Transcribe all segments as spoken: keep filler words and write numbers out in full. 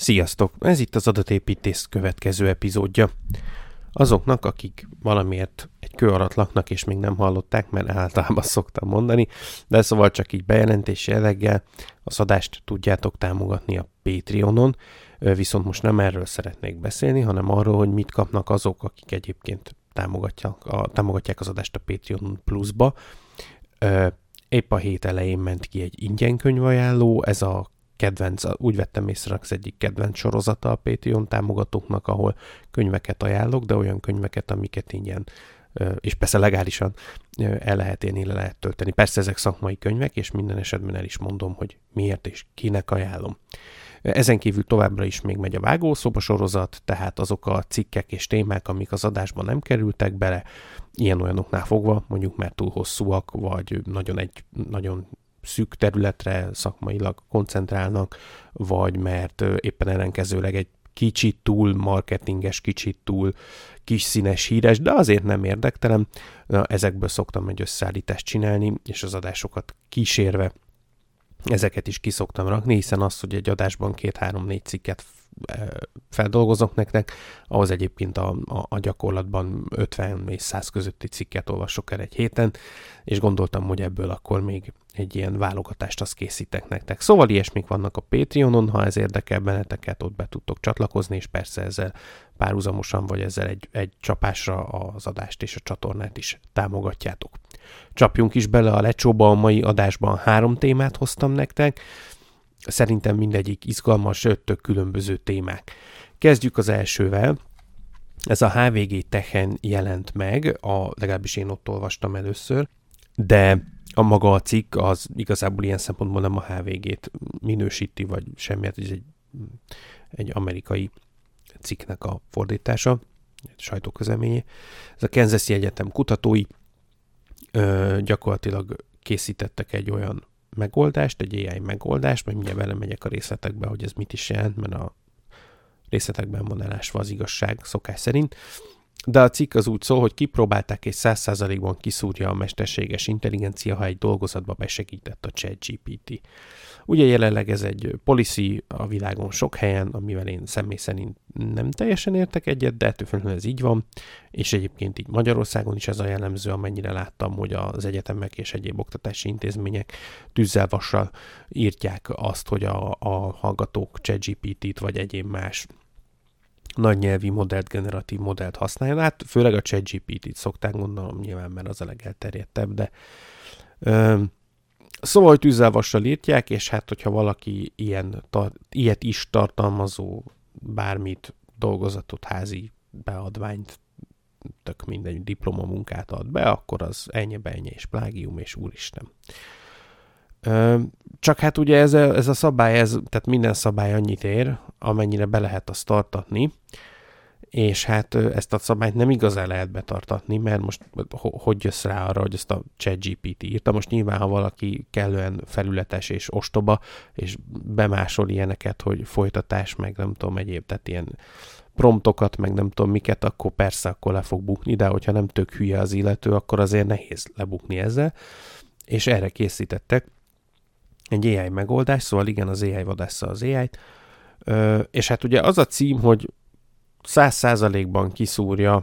Sziasztok! Ez itt az Adatépítész következő epizódja. Azoknak, akik valamiért egy kő alatt laknak és még nem hallották, mert általában szoktam mondani, de szóval csak így bejelentési jelleggel az adást tudjátok támogatni a Patreonon, viszont most nem erről szeretnék beszélni, hanem arról, hogy mit kapnak azok, akik egyébként támogatják, a, támogatják az adást a Patreon Plus-ba. Épp a hét elején ment ki egy ingyen könyvajánló, ez a kedvenc, úgy vettem észre, az egyik kedvenc sorozata a Patreon támogatóknak, ahol könyveket ajánlok, de olyan könyveket, amiket ingyen, és persze legálisan el lehet érni, le lehet tölteni. Persze ezek szakmai könyvek, és minden esetben el is mondom, hogy miért és kinek ajánlom. Ezen kívül továbbra is még megy a vágószoba sorozat, tehát azok a cikkek és témák, amik az adásban nem kerültek bele, ilyen-olyanoknál fogva, mondjuk mert túl hosszúak, vagy nagyon egy nagyon szűk területre szakmailag koncentrálnak, vagy mert éppen ellenkezőleg egy kicsit túl marketinges, kicsit túl kis színes híres, de azért nem érdektelen. Na, ezekből szoktam egy összeállítást csinálni, és az adásokat kísérve ezeket is ki szoktam rakni, hiszen az, hogy egy adásban két-három-négy cikket feldolgozok nektek, ahhoz egyébként a, a, a gyakorlatban ötven és száz közötti cikket olvasok el egy héten, és gondoltam, hogy ebből akkor még egy ilyen válogatást azt készítek nektek. Szóval ilyesmik vannak a Patreonon, ha ez érdekel benneteket, ott be tudtok csatlakozni, és persze ezzel párhuzamosan, vagy ezzel egy, egy csapásra az adást és a csatornát is támogatjátok. Csapjunk is bele a lecsóba, a mai adásban három témát hoztam nektek, szerintem mindegyik izgalmas, sőt, tök különböző témák. Kezdjük az elsővel. Ez a há vé gé Techen jelent meg, a, legalábbis én ott olvastam először, de a maga a cikk az igazából ilyen szempontból nem a há vé gét minősíti, vagy semmiért, ez egy, egy amerikai cikknek a fordítása, sajtóközleménye. Ez a Kansas Egyetem kutatói ö, gyakorlatilag készítettek egy olyan megoldást, egy á i megoldást, majd mindjárt vele megyek a részletekbe, hogy ez mit is jelent, mert a részletekben van elásva az igazság szokás szerint. De a cikk az úgy szól, hogy kipróbálták és száz százalékban kiszúrja a mesterséges intelligencia, ha egy dolgozatba besegített a ChatGPT. Ugye jelenleg ez egy policy a világon sok helyen, amivel én személy szerint nem teljesen értek egyet, de ettől függetlenül ez így van, és egyébként így Magyarországon is ez a jellemző, amennyire láttam, hogy az egyetemek és egyéb oktatási intézmények tűzzel vassal írtják azt, hogy a, a hallgatók ChatGPT-t vagy egyéb más nagy nyelvi modellt, generatív modellt használjon. Hát főleg a ChatGPT-t szokták, gondolom nyilván, mert az a legelterjedtebb, de ö, szóval, hogy tűzzel vassal írtják, és hát, hogyha valaki ilyen, tar- ilyet is tartalmazó bármit, dolgozatot, házi beadványt, tök mindegy diplomamunkát ad be, akkor az ennyi-bennyi és plágium, és úristen. Ö, csak hát ugye ez a, ez a szabály, ez, tehát minden szabály annyit ér, amennyire be lehet azt tartatni, és hát ezt a szabályt nem igazán lehet betartatni, mert most hogy jössz rá arra, hogy ezt a ChatGPT írta. Most nyilván, ha valaki kellően felületes és ostoba, és bemásol ilyeneket, hogy folytatás, meg nem tudom egyéb, tehát ilyen promptokat, meg nem tudom miket, akkor persze, akkor le fog bukni, de hogyha nem tök hülye az illető, akkor azért nehéz lebukni ezzel, és erre készítettek egy á i megoldás, szóval igen, az á i vadásza az á i-t, Ö, és hát ugye az a cím, hogy száz százalékban kiszúrja,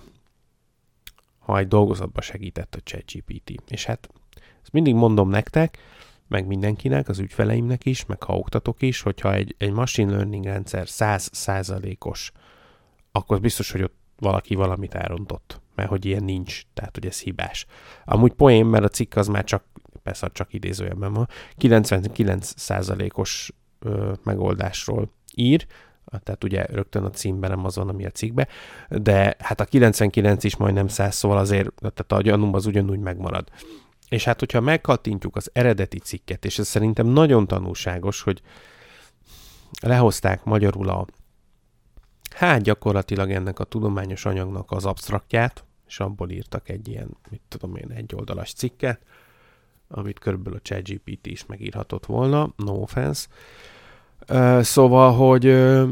ha egy dolgozatba segített a ChatGPT. És hát ezt mindig mondom nektek, meg mindenkinek, az ügyfeleimnek is, meg ha oktatok is, hogyha egy, egy machine learning rendszer száz százalékos, akkor biztos, hogy ott valaki valamit elrontott, mert hogy ilyen nincs, tehát hogy ez hibás. Amúgy poén, mert a cikk az már csak, persze csak idézőjelben van, kilencvenkilenc százalékos ö, megoldásról ír, tehát ugye rögtön a címben nem az van, ami a cikkben, de hát a kilencvenkilenc is majdnem száz, szóval azért, tehát a gyanúm az ugyanúgy megmarad. És hát, hogyha megkattintjuk az eredeti cikket, és ez szerintem nagyon tanulságos, hogy lehozták magyarul a, hát gyakorlatilag ennek a tudományos anyagnak az absztraktját, és abból írtak egy ilyen, mit tudom én, egy oldalas cikket, amit körülbelül a ChatGPT is megírhatott volna, no offense. Uh, szóval, hogy uh,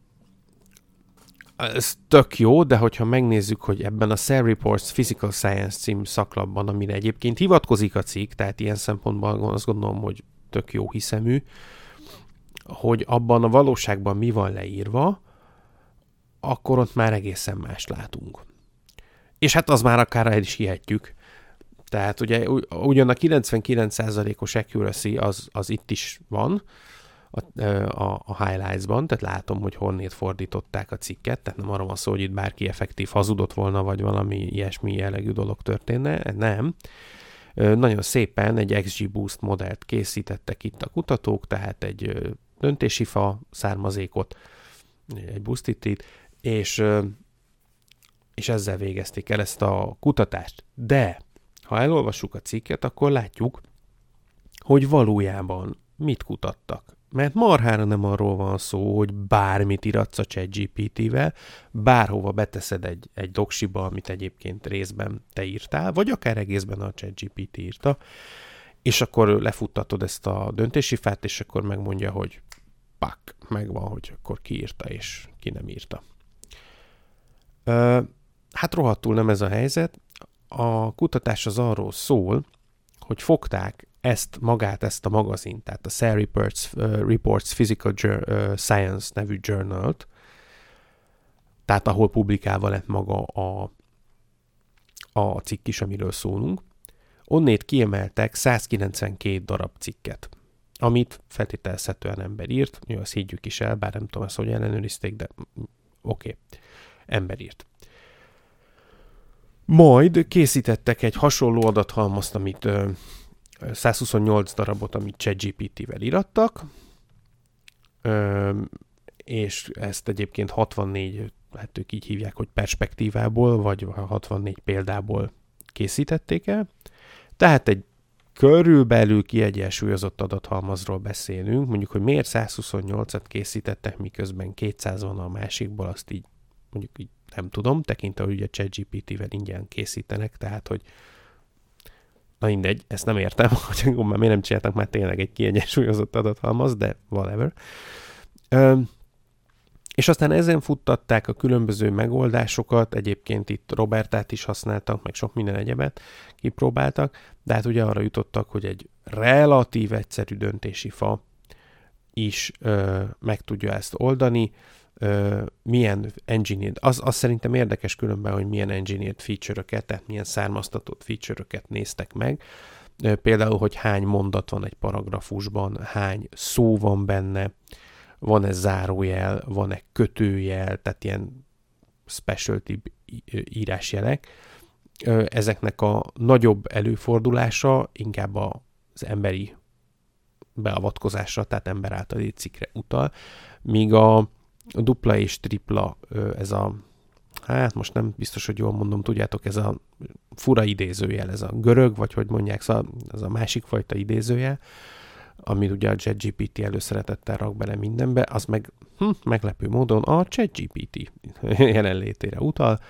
ez tök jó, de hogyha megnézzük, hogy ebben a Cell Reports Physical Science című szaklapban, amire egyébként hivatkozik a cikk, tehát ilyen szempontból azt gondolom, hogy tök jó hiszemű, hogy abban a valóságban mi van leírva, akkor ott már egészen más látunk. És hát az már akár el is hihetjük. Tehát ugye ugyan a kilencvenkilenc százalékos accuracy az, az itt is van a, a, a highlights-ban, tehát látom, hogy honnét fordították a cikket, tehát nem arra van szó, hogy itt bárki effektív hazudott volna, vagy valami ilyesmi jellegű dolog történne, nem. Nagyon szépen egy XGBoost modellt készítettek itt a kutatók, tehát egy döntési fa származékot, egy boostit, és, és ezzel végezték el ezt a kutatást. De ha elolvassuk a cikket, akkor látjuk, hogy valójában mit kutattak. Mert marhára nem arról van szó, hogy bármit iratsz a ChatGPT-vel, bárhova beteszed egy, egy doksiba, amit egyébként részben te írtál, vagy akár egészben a ChatGPT írta, és akkor lefuttatod ezt a döntési fát, és akkor megmondja, hogy pak, megvan, hogy akkor ki írta, és ki nem írta. Ö, hát rohadtul nem ez a helyzet. A kutatás az arról szól, hogy fogták ezt, magát, ezt a magazint, tehát a Cell Reports, uh, Reports Physical Jur- uh, Science nevű journalt, tehát ahol publikálva lett maga a, a cikk is, amiről szólunk. Onnét kiemeltek százkilencvenkét darab cikket, amit feltételezhetően ember írt, jó, azt higgyük is el, bár nem tudom ezt, hogy ellenőrizték, de oké, okay. Ember írt. Majd készítettek egy hasonló adathalmazt, amit uh, százhuszonnyolc darabot, amit ChatGPT-vel írattak, és ezt egyébként hatvannégy, hát ők így hívják, hogy perspektívából, vagy hatvannégy példából készítették el. Tehát egy körülbelül kiegyensúlyozott adathalmazról beszélünk, mondjuk, hogy miért százhuszonnyolcat készítettek, miközben kétszáz van a másikból, azt így mondjuk így nem tudom, tekintve, hogy a ChatGPT-vel ingyen készítenek, tehát, hogy na mindegy, ezt nem értem, hogy már miért nem csináltak már tényleg egy kiegyensúlyozott adathalmaz, de whatever. Ö, és aztán ezen futtatták a különböző megoldásokat, egyébként itt Robertát is használtak, meg sok minden egyebet kipróbáltak, de hát ugye arra jutottak, hogy egy relatív egyszerű döntési fa is ö, meg tudja ezt oldani. Uh, milyen engineered, az, az szerintem érdekes különben, hogy milyen engineered feature-öket, tehát milyen származtatott feature-öket néztek meg. Uh, például, hogy hány mondat van egy paragrafusban, hány szó van benne, van-e zárójel, van-e kötőjel, tehát ilyen specialty írásjelek. Uh, ezeknek a nagyobb előfordulása inkább az emberi beavatkozásra, tehát ember által írt cikkre utal, míg a A dupla és tripla, ez a, hát most nem biztos, hogy jól mondom, tudjátok, ez a fura idézőjel, ez a görög, vagy hogy mondják, ez a másik fajta idézőjel, amit ugye a ChatGPT előszeretettel rak bele mindenbe, az meg hm, meglepő módon a ChatGPT jelenlétére utal.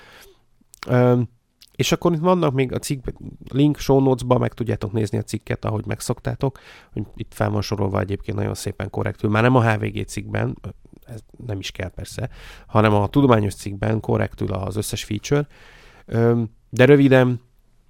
Üm, és akkor itt vannak még a cikk, link show notes-ba meg tudjátok nézni a cikket, ahogy megszoktátok, hogy itt fel van sorolva egyébként nagyon szépen korrektül, már nem a há vé gé cikkben, ez nem is kell persze, hanem a tudományos cikkben korrektül az összes feature, de röviden,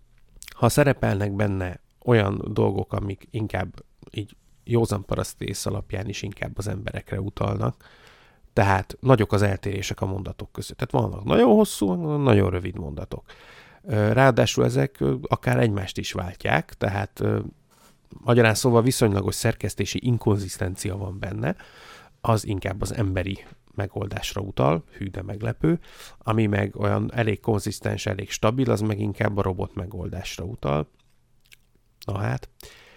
ha szerepelnek benne olyan dolgok, amik inkább így józan paraszt ész alapján is inkább az emberekre utalnak, tehát nagyok az eltérések a mondatok között. Tehát vannak nagyon hosszú, nagyon rövid mondatok. Ráadásul ezek akár egymást is váltják, tehát magyarán szóval viszonylagos szerkesztési inkonzisztencia van benne, az inkább az emberi megoldásra utal, hű, de meglepő, ami meg olyan elég konzisztens, elég stabil, az meg inkább a robot megoldásra utal. Na hát.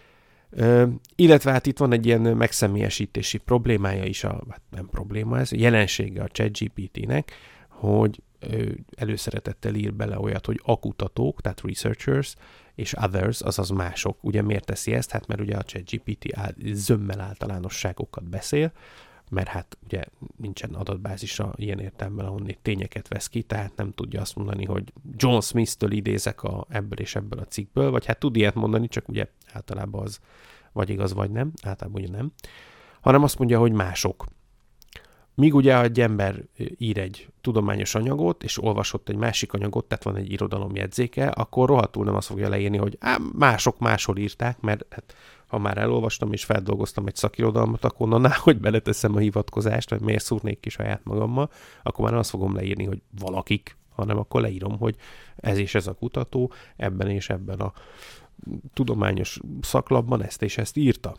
Ö, illetve hát itt van egy ilyen megszemélyesítési problémája is, a, hát nem probléma ez, jelensége a ChatGPT-nek, hogy ö, előszeretettel ír bele olyat, hogy a kutatók, tehát researchers, és others, azaz mások. Ugye miért teszi ezt? Hát mert ugye a ChatGPT áll, zömmel általánosságokat beszél, mert hát ugye nincsen adatbázisa ilyen értelemben, ahonnét tényeket vesz ki, tehát nem tudja azt mondani, hogy John Smith-től idézek a, ebből és ebből a cikkből, vagy hát tud ilyet mondani, csak ugye általában az vagy igaz, vagy nem, általában ugye nem, hanem azt mondja, hogy mások Míg ugye egy ember ír egy tudományos anyagot, és olvasott egy másik anyagot, tehát van egy irodalomjegyzéke, akkor rohadtul nem azt fogja leírni, hogy á, mások máshol írták, mert hát, ha már elolvastam és feldolgoztam egy szakirodalmat, akkor na, na hogy beleteszem a hivatkozást, vagy miért szúrnék ki saját magammal, akkor már nem azt fogom leírni, hogy valakik, hanem akkor leírom, hogy ez és ez a kutató ebben és ebben a tudományos szaklapban ezt és ezt írta.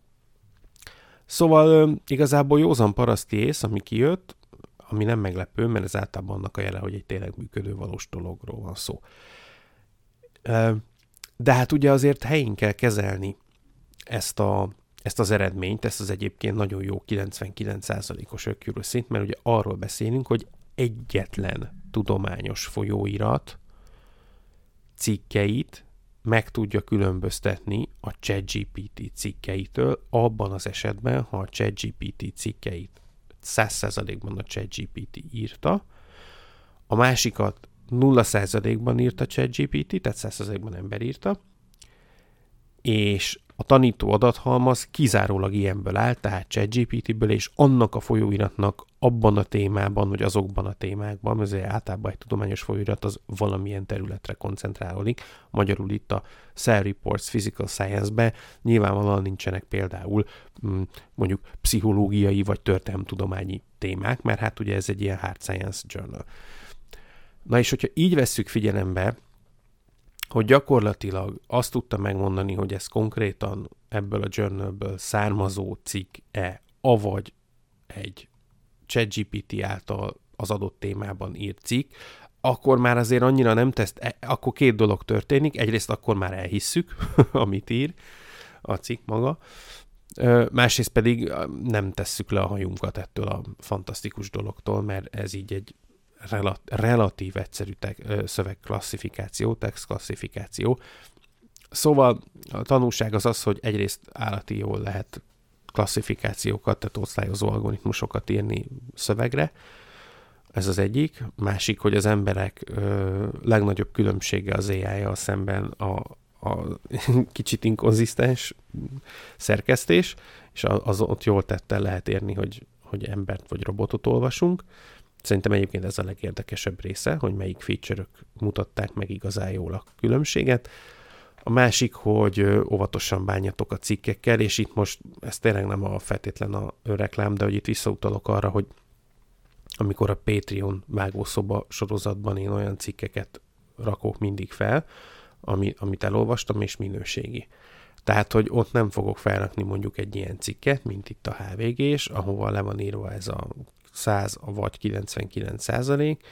Szóval igazából józan paraszti ész, ami kijött, ami nem meglepő, mert ez általában annak a jele, hogy egy tényleg működő valós dologról van szó. De hát ugye azért helyén kell kezelni ezt, a, ezt az eredményt, ezt az egyébként nagyon jó kilencvenkilenc százalékos accuracy-t, mert ugye arról beszélünk, hogy egyetlen tudományos folyóirat cikkeit meg tudja különböztetni a ChatGPT cikkeitől, abban az esetben, ha a ChatGPT cikkeit száz százalékban a ChatGPT írta, a másikat nulla százalékban írta ChatGPT, tehát száz százalékban ember írta, és a tanító adathalmaz kizárólag ilyenből áll, tehát ChatGPT-ből, és annak a folyóiratnak abban a témában, vagy azokban a témákban, azért általában egy tudományos folyóirat az valamilyen területre koncentrálódik. Magyarul itt a Cell Reports Physical Science-be nyilvánvalóan nincsenek például mondjuk pszichológiai vagy történelemtudományi témák, mert hát ugye ez egy ilyen hard science journal. Na és hogyha így vesszük figyelembe, hogy gyakorlatilag azt tudta megmondani, hogy ez konkrétan ebből a journalből származó cikk-e, avagy egy ChatGPT által az adott témában írt cikk, akkor már azért annyira nem tesz, akkor két dolog történik. Egyrészt akkor már elhisszük, amit ír a cikk maga, másrészt pedig nem tesszük le a hajunkat ettől a fantasztikus dologtól, mert ez így egy relatív egyszerű te- szövegklasszifikáció, textklasszifikáció. Szóval a tanulság az az, hogy egyrészt állati jól lehet klasszifikációkat, tehát osztályozó algoritmusokat írni szövegre. Ez az egyik. Másik, hogy az emberek ö, legnagyobb különbsége az á í-jal szemben a, a kicsit inkonzisztens szerkesztés, és az ott jól tettel lehet érni, hogy, hogy embert vagy robotot olvasunk. Szerintem egyébként ez a legérdekesebb része, hogy melyik feature-ök mutatták meg igazán jól a különbséget. A másik, hogy óvatosan bánjatok a cikkekkel, és itt most ez tényleg nem a feltétlen a reklám, de hogy itt visszautalok arra, hogy amikor a Patreon vágószoba sorozatban én olyan cikkeket rakok mindig fel, ami, amit elolvastam, és minőségi. Tehát, hogy ott nem fogok felrakni mondjuk egy ilyen cikket, mint itt a há vé gés, ahova le van írva ez a száz vagy kilencvenkilenc százalék,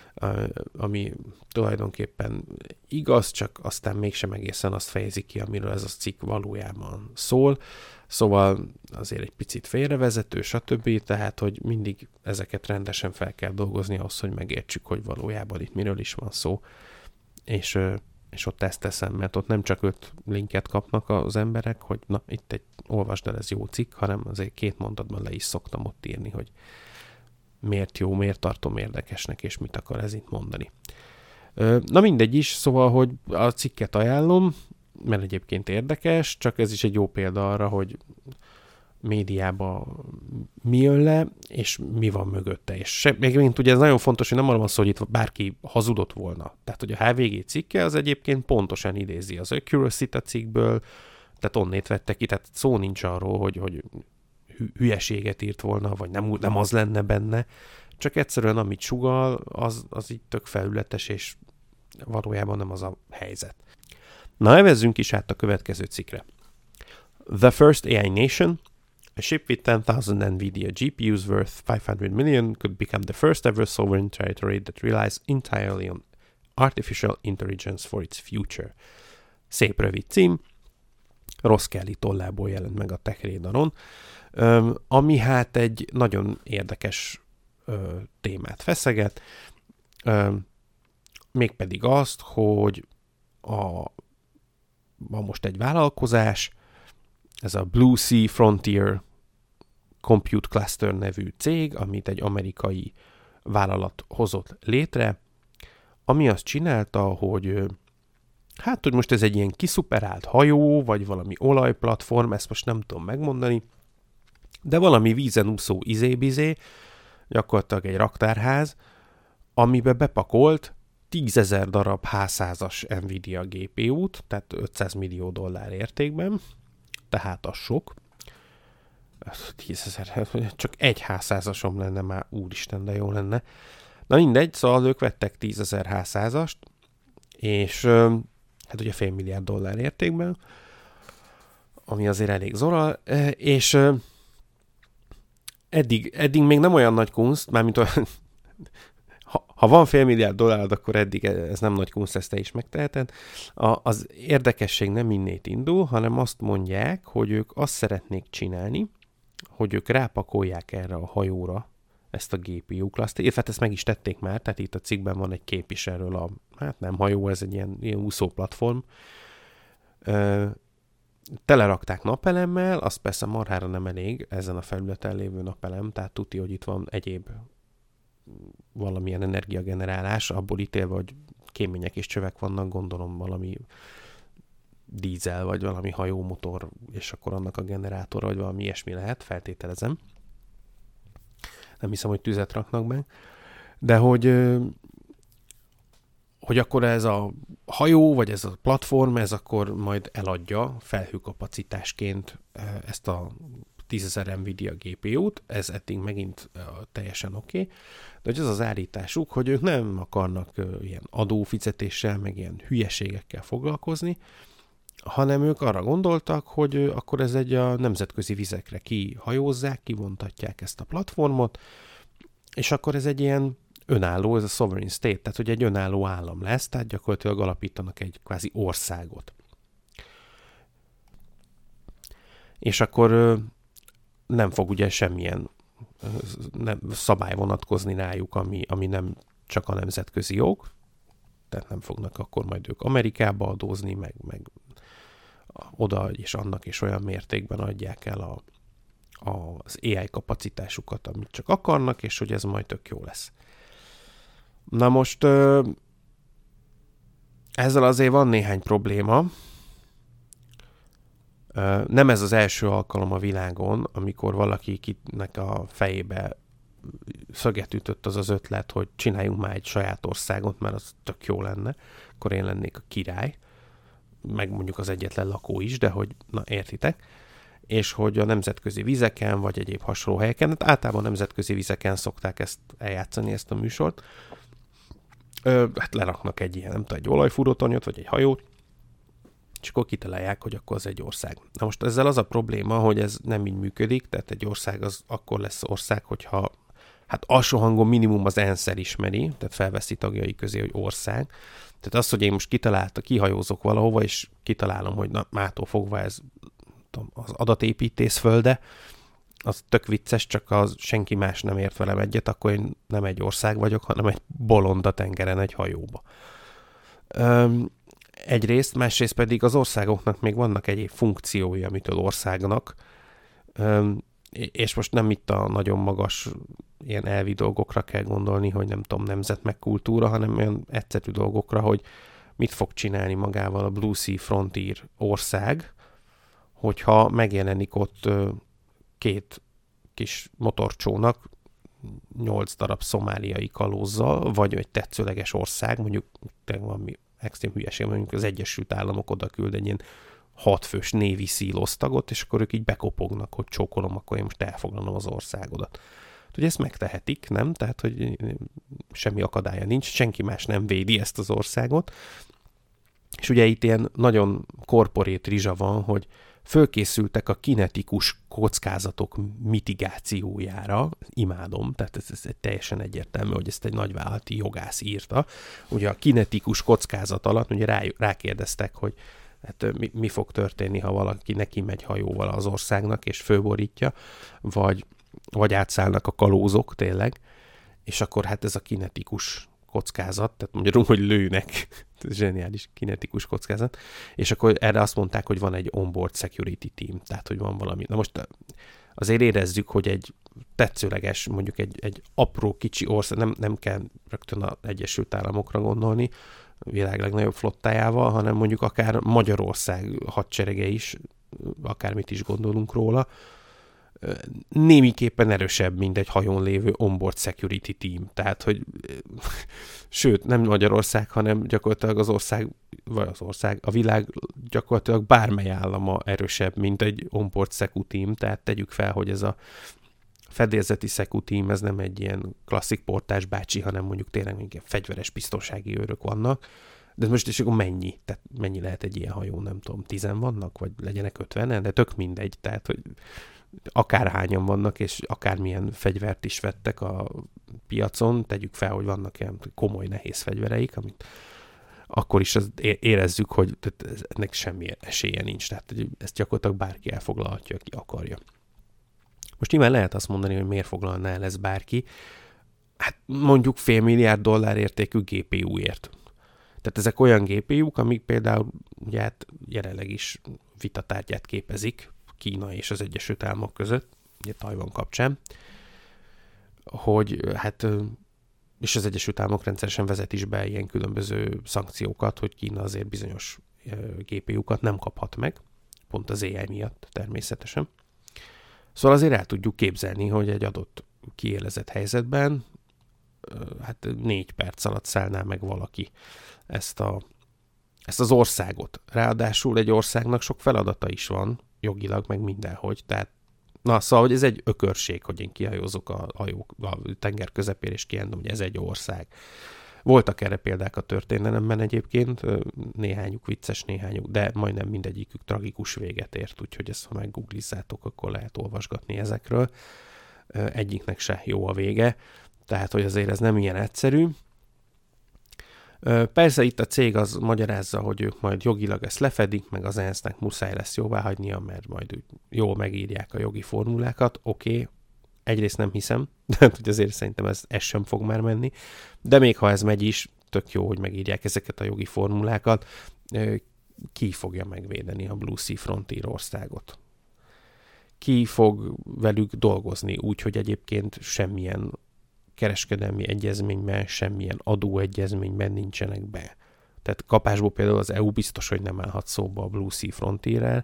ami tulajdonképpen igaz, csak aztán mégsem egészen azt fejezi ki, amiről ez a cikk valójában szól. Szóval azért egy picit félrevezető, stb. Tehát, hogy mindig ezeket rendesen fel kell dolgozni ahhoz, hogy megértsük, hogy valójában itt miről is van szó. És, és ott ezt teszem, mert ott nem csak öt linket kapnak az emberek, hogy na, itt egy olvasd el, ez jó cikk, hanem azért két mondatban le is szoktam ott írni, hogy miért jó, miért tartom érdekesnek, és mit akar ez itt mondani. Na mindegy is, szóval, hogy a cikket ajánlom, mert egyébként érdekes, csak ez is egy jó példa arra, hogy médiában mi jön le, és mi van mögötte. És se, még mint ugye ez nagyon fontos, hogy nem arra van szó, hogy itt bárki hazudott volna. Tehát, hogy a há vé gé cikke az egyébként pontosan idézi az accuracy-t a cikkből, tehát onnét vette ki, tehát szó nincs arról, hogy, hogy hülyeséget írt volna, vagy nem, nem az lenne benne, csak egyszerűen amit sugal, az, az így tök felületes, és valójában nem az a helyzet. Na, evezzünk is át a következő cikkre. The first á i nation, a ship with ten thousand NVIDIA G P Us worth five hundred million could become the first ever sovereign territory that relies entirely on artificial intelligence for its future. Szép rövid cím, Ross Kelly tollából jelent meg a Tech Radaron, ami hát egy nagyon érdekes ö, témát feszeget, ö, mégpedig azt, hogy a, van most egy vállalkozás, ez a Blue Sea Frontier Compute Cluster nevű cég, amit egy amerikai vállalat hozott létre, ami azt csinálta, hogy hát, hogy most ez egy ilyen kiszuperált hajó, vagy valami olajplatform, ezt most nem tudom megmondani, de valami vízen úszó izébizé, gyakorlatilag egy raktárház, amibe bepakolt tízezer darab H százas Nvidia gé pé út, tehát ötszáz millió dollár értékben, tehát az sok. tízezer, csak egy H százasom lenne már, úristen, de jó lenne. Na mindegy, szóval ők vettek tízezer H százast, és hát ugye fél milliárd dollár értékben, ami azért elég zora, és eddig, eddig még nem olyan nagy kunst, mármint olyan, ha, ha van fél milliárd dollárod, akkor eddig ez nem nagy kunst, ezt te is megteheted. A, az érdekesség nem innét indul, hanem azt mondják, hogy ők azt szeretnék csinálni, hogy ők rápakolják erre a hajóra ezt a gé pé u-klaszt, illetve ezt meg is tették már, tehát itt a cikkben van egy kép is erről a, hát nem hajó, ez egy ilyen, ilyen úszó platform. Ö, telerakták napelemmel, az persze marhára nem elég ezen a felületen lévő napelem, tehát tuti, hogy itt van egyéb valamilyen energiagenerálás, abból ítélve, hogy kémények és csövek vannak, gondolom valami dízel, vagy valami hajómotor, és akkor annak a generátora, vagy valami ilyesmi lehet, feltételezem. Nem hiszem, hogy tüzet raknak be. De hogy, hogy akkor ez a hajó, vagy ez a platform, ez akkor majd eladja felhőkapacitásként ezt a tízezer Nvidia gé pé út, ez eddig megint teljesen oké, okay. De hogy az az állításuk, hogy ők nem akarnak ilyen adófizetéssel, meg ilyen hülyeségekkel foglalkozni, hanem ők arra gondoltak, hogy akkor ez egy a nemzetközi vizekre kihajózzák, kivontatják ezt a platformot, és akkor ez egy ilyen önálló, ez a sovereign state, tehát hogy egy önálló állam lesz, tehát gyakorlatilag alapítanak egy kvázi országot. És akkor nem fog ugye semmilyen nem, szabály vonatkozni rájuk, ami, ami nem csak a nemzetközi jog, tehát nem fognak akkor majd ők Amerikába adózni, meg, meg oda és annak és olyan mértékben adják el a, a, az á i kapacitásukat, amit csak akarnak, és hogy ez majd tök jó lesz. Na most ezzel azért van néhány probléma. Nem ez az első alkalom a világon, amikor valakinek a fejébe szöget ütött az az ötlet, hogy csináljunk már egy saját országot, mert az tök jó lenne, akkor én lennék a király, meg mondjuk az egyetlen lakó is, de hogy, na értitek, és hogy a nemzetközi vizeken, vagy egyéb hasonló helyeken, hát általában nemzetközi vizeken szokták ezt eljátszani, ezt a műsort, Ö, hát leraknak egy ilyen, nem tudom, egy olajfúrótornyot, vagy egy hajót, és akkor kitalálják, hogy akkor az egy ország. Na most ezzel az a probléma, hogy ez nem így működik, tehát egy ország az akkor lesz ország, hogyha hát alsó hangon minimum az ENSZ elismeri, tehát felveszi tagjai közé, hogy ország. Tehát az, hogy én most kitalálta, kihajózok valahova, és kitalálom, hogy na, mától fogva ez tudom, az adatépítész földe, az tök vicces, csak az senki más nem ért velem egyet, akkor én nem egy ország vagyok, hanem egy bolond a tengeren egy hajóba. Öm, egyrészt, másrészt pedig az országoknak még vannak egyéb funkciói, amitől országnak, Öm, és most nem itt a nagyon magas ilyen elvi dolgokra kell gondolni, hogy nem tudom, nemzet meg kultúra, hanem olyan egyszerű dolgokra, hogy mit fog csinálni magával a Blue Sea Frontier ország, hogyha megjelenik ott két kis motorcsónak, nyolc darab szomáliai kalózzal, vagy egy tetszőleges ország, mondjuk valami extrém hülyeség, mondjuk az Egyesült Államok oda küld egy ilyen hatfős Navy SEAL osztagot, és akkor ők így bekopognak, hogy csókolom, akkor én most elfoglalom az országodat. Ugye ezt megtehetik, nem? Tehát, hogy semmi akadálya nincs, senki más nem védi ezt az országot. És ugye itt ilyen nagyon korporét rizsa van, hogy fölkészültek a kinetikus kockázatok mitigációjára, imádom, tehát ez, ez teljesen egyértelmű, hogy ezt egy nagyvállalati jogász írta. Ugye a kinetikus kockázat alatt ugye rá, rákérdeztek, hogy hát mi, mi fog történni, ha valaki neki megy hajóval az országnak, és fölborítja, vagy, vagy átszállnak a kalózok tényleg, és akkor hát ez a kinetikus kockázat, tehát magyarul, hogy lőnek, ez zseniális kinetikus kockázat, és akkor erre azt mondták, hogy van egy onboard security team, tehát hogy van valami. Na most azért érezzük, hogy egy tetszőleges, mondjuk egy, egy apró kicsi ország, nem, nem kell rögtön az Egyesült Államokra gondolni, a világ legnagyobb flottájával, hanem mondjuk akár Magyarország hadserege is, akármit is gondolunk róla, némiképpen erősebb, mint egy hajón lévő onboard security team. Tehát, hogy sőt, nem Magyarország, hanem gyakorlatilag az ország, vagy az ország, a világ gyakorlatilag bármely állama erősebb, mint egy onboard secu team. Tehát tegyük fel, hogy ez a fedélzeti secu team, ez nem egy ilyen klasszik portás bácsi, hanem mondjuk tényleg még ilyen fegyveres biztonsági őrök vannak. De most is akkor mennyi? Tehát mennyi lehet egy ilyen hajó, nem tudom, tizen vannak, vagy legyenek ötvenen, de tök mindegy. Tehát, hogy akárhányan vannak, és akármilyen fegyvert is vettek a piacon, tegyük fel, hogy vannak ilyen komoly, nehéz fegyvereik, amit akkor is az érezzük, hogy ennek semmi esélye nincs. Tehát ezt gyakorlatilag bárki elfoglalhatja, aki akarja. Most nyilván lehet azt mondani, hogy miért foglalná el ez bárki. Hát mondjuk fél milliárd dollár értékű gé pé u-ért. Tehát ezek olyan gé pé u-k, amik például ugye hát jelenleg is vitatárgyát képezik Kína és az Egyesült Államok között, ugye Tajvan kapcsán, hogy hát, és az Egyesült Államok rendszeresen vezet is be ilyen különböző szankciókat, hogy Kína azért bizonyos gé pé u-kat nem kaphat meg, pont az á i miatt természetesen. Szóval azért el tudjuk képzelni, hogy egy adott kiélezett helyzetben hát négy perc alatt szállná meg valaki ezt, a, ezt az országot. Ráadásul egy országnak sok feladata is van, jogilag, meg mindenhogy. Tehát, na, szóval, hogy ez egy ökörség, hogy én kihajózok a, hajó, a tenger közepére, és kijelzem, hogy ez egy ország. Voltak erre példák a történelemben egyébként, néhányuk vicces, néhányuk, de majdnem mindegyikük tragikus véget ért, úgyhogy ezt, ha meggooglizzátok, akkor lehet olvasgatni ezekről. Egyiknek se jó a vége, tehát, hogy azért ez nem ilyen egyszerű. Persze itt a cég az magyarázza, hogy ők majd jogilag ezt lefedik, meg az é en es nek muszáj lesz jóváhagynia, mert majd jól megírják a jogi formulákat. Oké, okay. Egyrészt nem hiszem, de hogy azért szerintem ez, ez sem fog már menni, de még ha ez megy is, tök jó, hogy megírják ezeket a jogi formulákat. Ki fogja megvédeni a Blue Sea Frontier országot? Ki fog velük dolgozni úgy, hogy egyébként semmilyen kereskedelmi egyezményben, semmilyen adóegyezményben nincsenek be. Tehát kapásból például az é u biztos, hogy nem állhat szóba a Blue Sea Frontier-rel,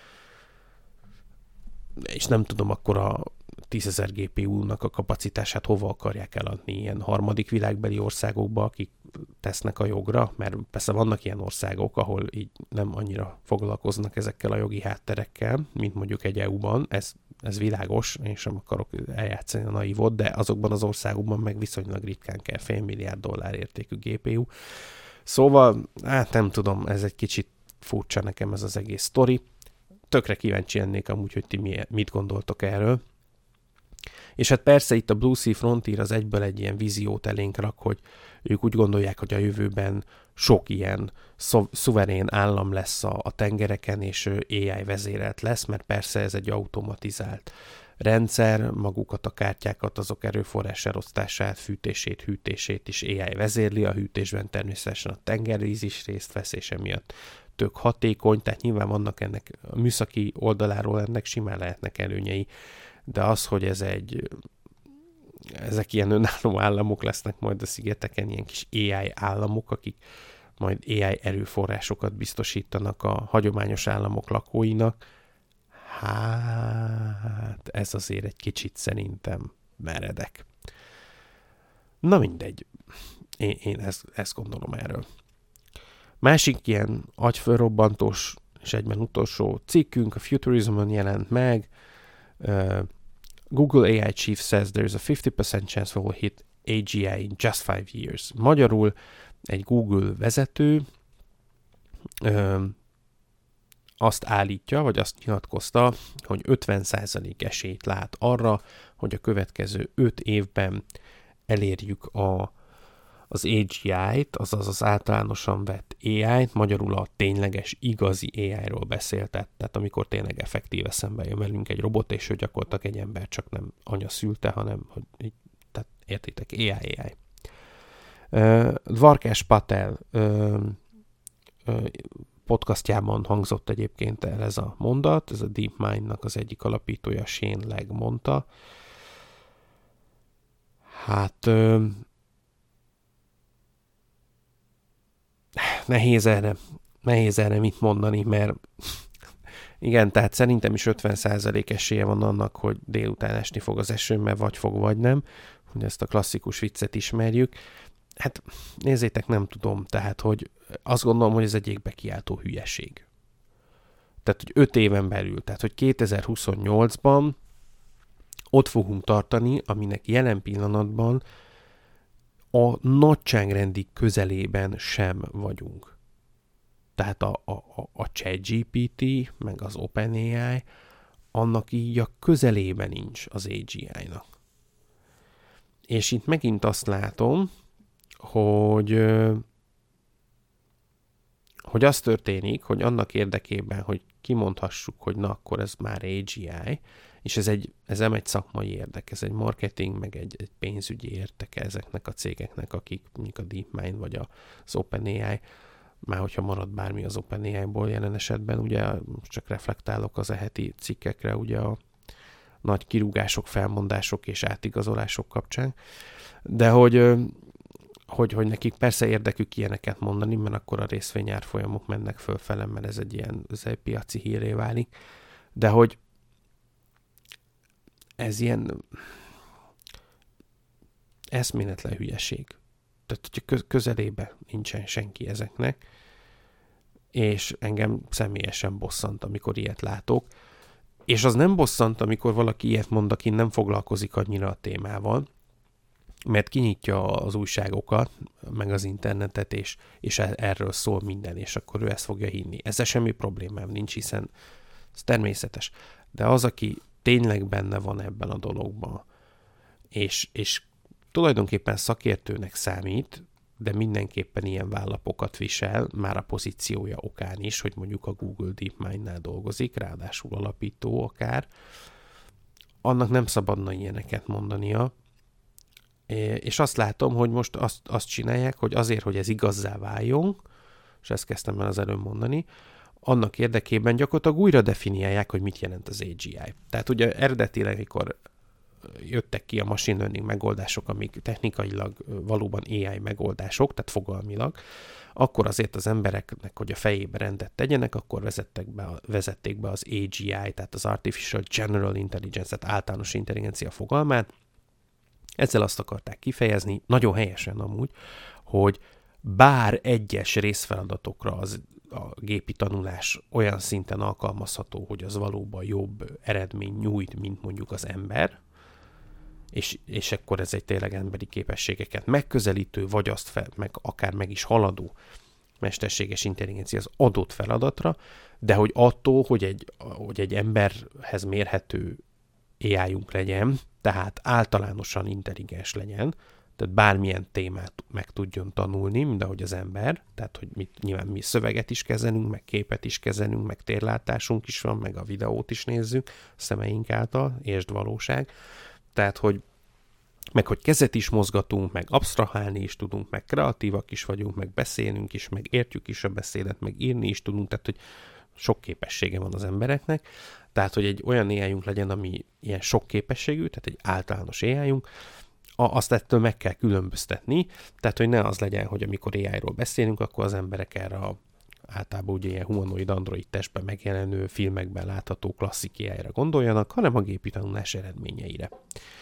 és nem tudom, akkor a tízezer gé pé u-nak a kapacitását hova akarják eladni ilyen harmadik világbeli országokba, akik tesznek a jogra, mert persze vannak ilyen országok, ahol így nem annyira foglalkoznak ezekkel a jogi hátterekkel, mint mondjuk egy é u-ban, ez, ez világos, én sem akarok eljátszani a naivot, de azokban az országokban meg viszonylag ritkán kell fél milliárd dollár értékű gé pé u. Szóval, hát nem tudom, ez egy kicsit furcsa nekem ez az egész sztori. Tökre kíváncsi lennék amúgy, hogy ti mit gondoltok erről. És hát persze itt a Blue Sea Frontier az egyből egy ilyen víziót elénk rak, hogy ők úgy gondolják, hogy a jövőben sok ilyen szo- szuverén állam lesz a, a tengereken, és á i vezérelt lesz, mert persze ez egy automatizált rendszer, magukat a kártyákat, azok erőforrás elosztását, fűtését, hűtését is á i vezérli, a hűtésben természetesen a tengervíz is részt vesz, és emiatt tök hatékony, tehát nyilván vannak ennek a műszaki oldaláról ennek simán lehetnek előnyei, de az, hogy ez egy, ezek ilyen önálló államok lesznek majd a szigeteken, ilyen kis á i államok, akik majd á i erőforrásokat biztosítanak a hagyományos államok lakóinak, hát ez azért egy kicsit szerintem meredek. Na mindegy, én, én ezt, ezt gondolom erről. Másik ilyen agyfölrobbantós és egyben utolsó cikkünk a Futurism-on jelent meg. Uh, Google á i chief says there is a fifty percent chance we will hit á gé i in just five years. Magyarul egy Google vezető uh, azt állítja, vagy azt nyilatkozta, hogy ötven százalék esélyt lát arra, hogy a következő öt évben elérjük a az á gé i-t, azaz az általánosan vett á i-t, magyarul a tényleges, igazi á i-ról beszélt, tehát, tehát amikor tényleg effektíve szembe jön velünk egy robot, és ő gyakorlatilag egy ember csak nem anya szülte, hanem, hogy így, tehát értitek, á i, á i. Uh, Dvarkesh Patel uh, uh, podcastjában hangzott egyébként el ez a mondat, ez a DeepMind-nak az egyik alapítója, Shane Legg mondta. Hát... Uh, Nehéz erre, nehéz erre mit mondani, mert Igen, tehát szerintem is ötven százalék esélye van annak, hogy délután esni fog az eső, mert vagy fog, vagy nem, hogy ezt a klasszikus viccet ismerjük. Hát nézzétek, nem tudom, tehát, hogy azt gondolom, hogy ez egy égbe kiáltó hülyeség. Tehát, hogy öt éven belül, tehát, hogy kétezer-huszonnyolcban ott fogunk tartani, aminek jelen pillanatban a nagyságrendi közelében sem vagyunk. Tehát a, a, a ChatGPT, meg az OpenAI, annak így a közelében nincs az á gé í-nak. És itt megint azt látom, hogy, hogy az történik, hogy annak érdekében, hogy kimondhassuk, hogy na, akkor ez már á gé í, és ez, egy, ez nem egy szakmai érdek, ez egy marketing, meg egy, egy pénzügyi érdeke ezeknek a cégeknek, akik mondjuk a DeepMind vagy az OpenAI, már hogyha marad bármi az OpenAI-ból jelen esetben, ugye csak reflektálok az eheti cikkekre, ugye a nagy kirúgások, felmondások és átigazolások kapcsán, de hogy, hogy, hogy nekik persze érdekük ilyeneket mondani, mert akkor a részvényárfolyamok mennek fölfele, mert ez egy ilyen ez egy piaci hírré válik, de hogy ez ilyen eszméletlen hülyeség. Tehát, hogyha közelébe nincsen senki ezeknek, és engem személyesen bosszant, amikor ilyet látok, és az nem bosszant, amikor valaki ilyet mond, aki nem foglalkozik annyira a témával, mert kinyitja az újságokat, meg az internetet, és, és erről szól minden, és akkor ő ezt fogja hinni. Ezzel semmi problémám nincs, hiszen ez természetes. De az, aki tényleg benne van ebben a dologban, és, és tulajdonképpen szakértőnek számít, de mindenképpen ilyen vállapokat visel, már a pozíciója okán is, hogy mondjuk a Google DeepMind-nál dolgozik, ráadásul alapító akár, annak nem szabadna ilyeneket mondania, és azt látom, hogy most azt, azt csinálják, hogy azért, hogy ez igazzá váljon, és ezt kezdtem el az előbb mondani, annak érdekében gyakorlatilag újra definiálják, hogy mit jelent az á gé í. Tehát ugye eredetileg, amikor jöttek ki a machine learning megoldások, amik technikailag valóban á i megoldások, tehát fogalmilag, akkor azért az embereknek, hogy a fejébe rendet tegyenek, akkor vezettek be, vezették be az á gé í, tehát az Artificial General Intelligence, tehát általános intelligencia fogalmát. Ezzel azt akarták kifejezni, nagyon helyesen amúgy, hogy bár egyes részfeladatokra az a gépi tanulás olyan szinten alkalmazható, hogy az valóban jobb eredmény nyújt, mint mondjuk az ember, és, és akkor ez egy tényleg emberi képességeket megközelítő, vagy azt fel, meg akár meg is haladó mesterséges intelligencia az adott feladatra, de hogy attól, hogy egy, hogy egy emberhez mérhető á í-unk legyen, tehát általánosan intelligens legyen, tehát bármilyen témát meg tudjon tanulni, mint ahogy az ember, tehát hogy mi, nyilván mi szöveget is kezelünk, meg képet is kezelünk, meg térlátásunk is van, meg a videót is nézzük szemeink által, értsd valóság, tehát hogy meg hogy kezet is mozgatunk, meg absztrahálni is tudunk, meg kreatívak is vagyunk, meg beszélünk is, meg értjük is a beszédet, meg írni is tudunk, tehát hogy sok képessége van az embereknek, tehát hogy egy olyan á í-unk legyen, ami ilyen sok képességű, tehát egy általános á í-unk, azt ettől meg kell különböztetni, tehát hogy ne az legyen, hogy amikor á í-ról beszélünk, akkor az emberek erre a általában ugye ilyen humanoid android testben megjelenő filmekben látható klasszik á í-ra gondoljanak, hanem a gépi tanulás eredményeire.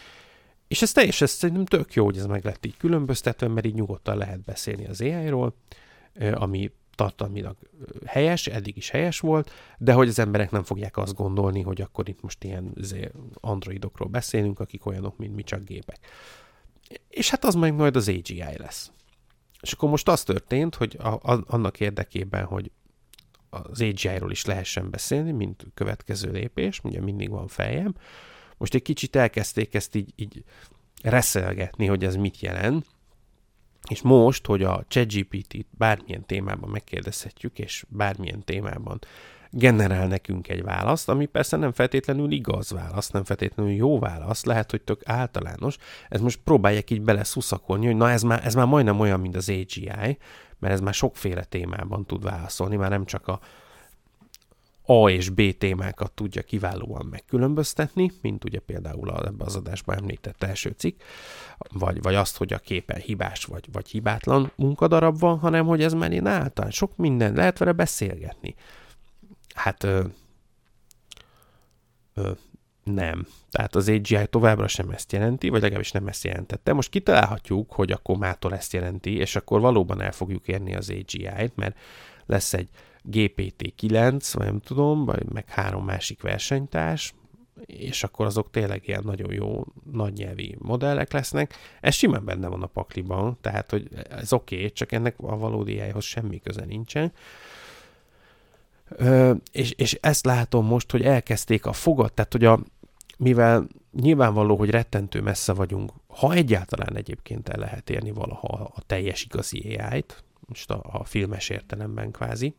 És ez teljesen szerintem tök jó, hogy ez meg lett így különböztetve, mert így nyugodtan lehet beszélni az á í-ról, ami tartalmilag helyes, eddig is helyes volt, de hogy az emberek nem fogják azt gondolni, hogy akkor itt most ilyen androidokról beszélünk, akik olyanok, mint mi, csak gépek. És hát az meg majd az á gé í lesz. És akkor most az történt, hogy a, a, annak érdekében, hogy az á gé í-ról is lehessen beszélni, mint következő lépés, ugye mindig van fejem, most egy kicsit elkezdték ezt így, így reszelgetni, hogy ez mit jelent, és most, hogy a ChatGPT-t bármilyen témában megkérdezhetjük, és bármilyen témában generál nekünk egy választ, ami persze nem feltétlenül igaz válasz, nem feltétlenül jó válasz, lehet, hogy tök általános. Ez most próbálják így beleszuszakolni, hogy na ez már, ez már majdnem olyan, mint az á gé í, mert ez már sokféle témában tud válaszolni, már nem csak a A és B témákat tudja kiválóan megkülönböztetni, mint ugye például ebben az adásban említett első cikk, vagy, vagy azt, hogy a képen hibás vagy, vagy hibátlan munkadarab van, hanem hogy ez már én általán sok minden, lehet vele beszélgetni. Hát Ö, nem. Tehát az á gé í továbbra sem ezt jelenti, vagy legalábbis nem ezt jelentette. Most kitalálhatjuk, hogy akkor mától ezt jelenti, és akkor valóban el fogjuk érni az á gé í-t, mert lesz egy gé pé té kilenc, vagy nem tudom, vagy meg három másik versenytárs, és akkor azok tényleg ilyen nagyon jó nagynyelvi modellek lesznek. Ez simán benne van a pakliban, tehát hogy ez oké, okay, csak ennek a valódi á í-hoz semmi köze nincsen. Ö, és, és ezt látom most, hogy elkezdték a fogat, tehát hogy a, mivel nyilvánvaló, hogy rettentő messze vagyunk, ha egyáltalán egyébként el lehet érni valaha a teljes igazi á í-t, most a, a filmes értelemben kvázi,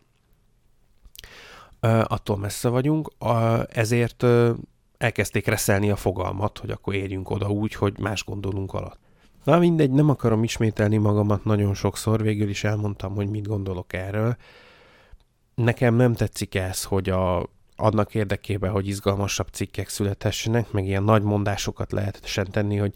ö, attól messze vagyunk, a, ezért ö, elkezdték reszelni a fogalmat, hogy akkor érjünk oda úgy, hogy más gondolunk alatt. Na mindegy, nem akarom ismételni magamat nagyon sokszor, végül is elmondtam, hogy mit gondolok erről. Nekem nem tetszik ez, hogy a, annak érdekében, hogy izgalmasabb cikkek születhessenek, meg ilyen nagy mondásokat lehessen tenni, hogy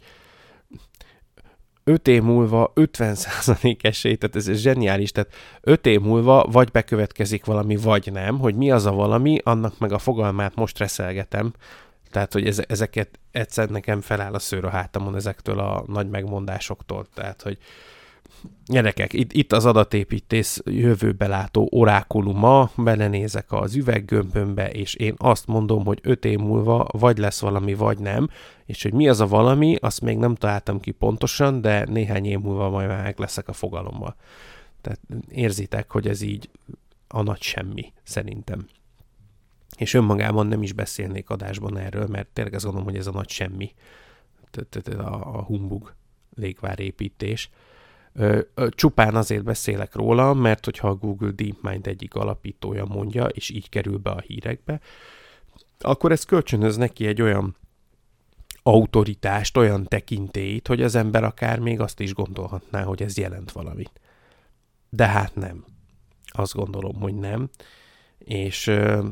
öt év múlva ötven százalék esély, tehát ez zseniális, tehát öt év múlva vagy bekövetkezik valami, vagy nem, hogy mi az a valami, annak meg a fogalmát most reszelgetem, tehát, hogy ezeket egyszer nekem feláll a szőr a hátamon ezektől a nagy megmondásoktól, tehát, hogy gyerekek, itt, itt az adatépítés jövőbe látó orákuluma, belenézek az üveggömbömbe, és én azt mondom, hogy öt év múlva vagy lesz valami, vagy nem, és hogy mi az a valami, azt még nem találtam ki pontosan, de néhány év múlva majd meg leszek a fogalommal. Tehát érzitek, hogy ez így a nagy semmi, szerintem. És önmagában nem is beszélnék adásban erről, mert tényleg azt gondolom, hogy ez a nagy semmi, a humbug légvárépítés. Csupán azért beszélek róla, mert hogyha a Google DeepMind egyik alapítója mondja, és így kerül be a hírekbe, akkor ez kölcsönöz neki egy olyan autoritást, olyan tekintélyt, hogy az ember akár még azt is gondolhatná, hogy ez jelent valamit. De hát nem. Azt gondolom, hogy nem. És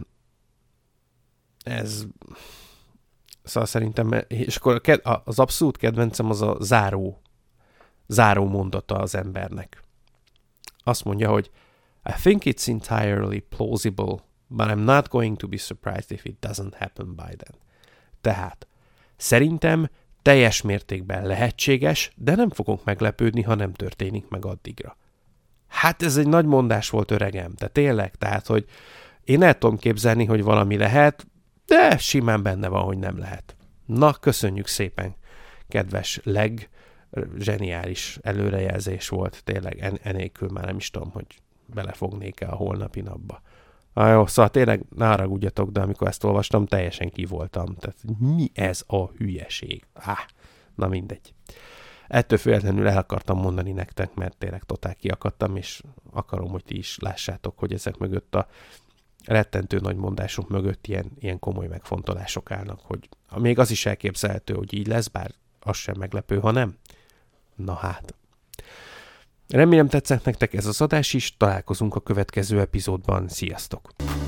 ez... Szóval szerintem... És akkor az abszolút kedvencem az a záró záró mondata az embernek. Azt mondja, hogy I think it's entirely plausible, but I'm not going to be surprised if it doesn't happen by then. Tehát, szerintem teljes mértékben lehetséges, de nem fogok meglepődni, ha nem történik meg addigra. Hát ez egy nagy mondás volt, öregem, de tényleg, tehát, hogy én el tudom képzelni, hogy valami lehet, de simán benne van, hogy nem lehet. Na, köszönjük szépen, kedves leg, zseniális előrejelzés volt, tényleg en, enélkül már nem is tudom, hogy belefognék-e a holnapi napba. Ah, jó, szóval tényleg ne haragudjatok, de amikor ezt olvastam, teljesen ki voltam. Tehát mi ez a hülyeség? Ah, na mindegy. Ettől függetlenül el akartam mondani nektek, mert tényleg totál kiakadtam, és akarom, hogy ti is lássátok, hogy ezek mögött a rettentő nagy mondások mögött ilyen, ilyen komoly megfontolások állnak, hogy még az is elképzelhető, hogy így lesz, bár az sem meglepő, ha nem. Na hát. Remélem tetszett nektek ez az adás is, találkozunk a következő epizódban. Sziasztok!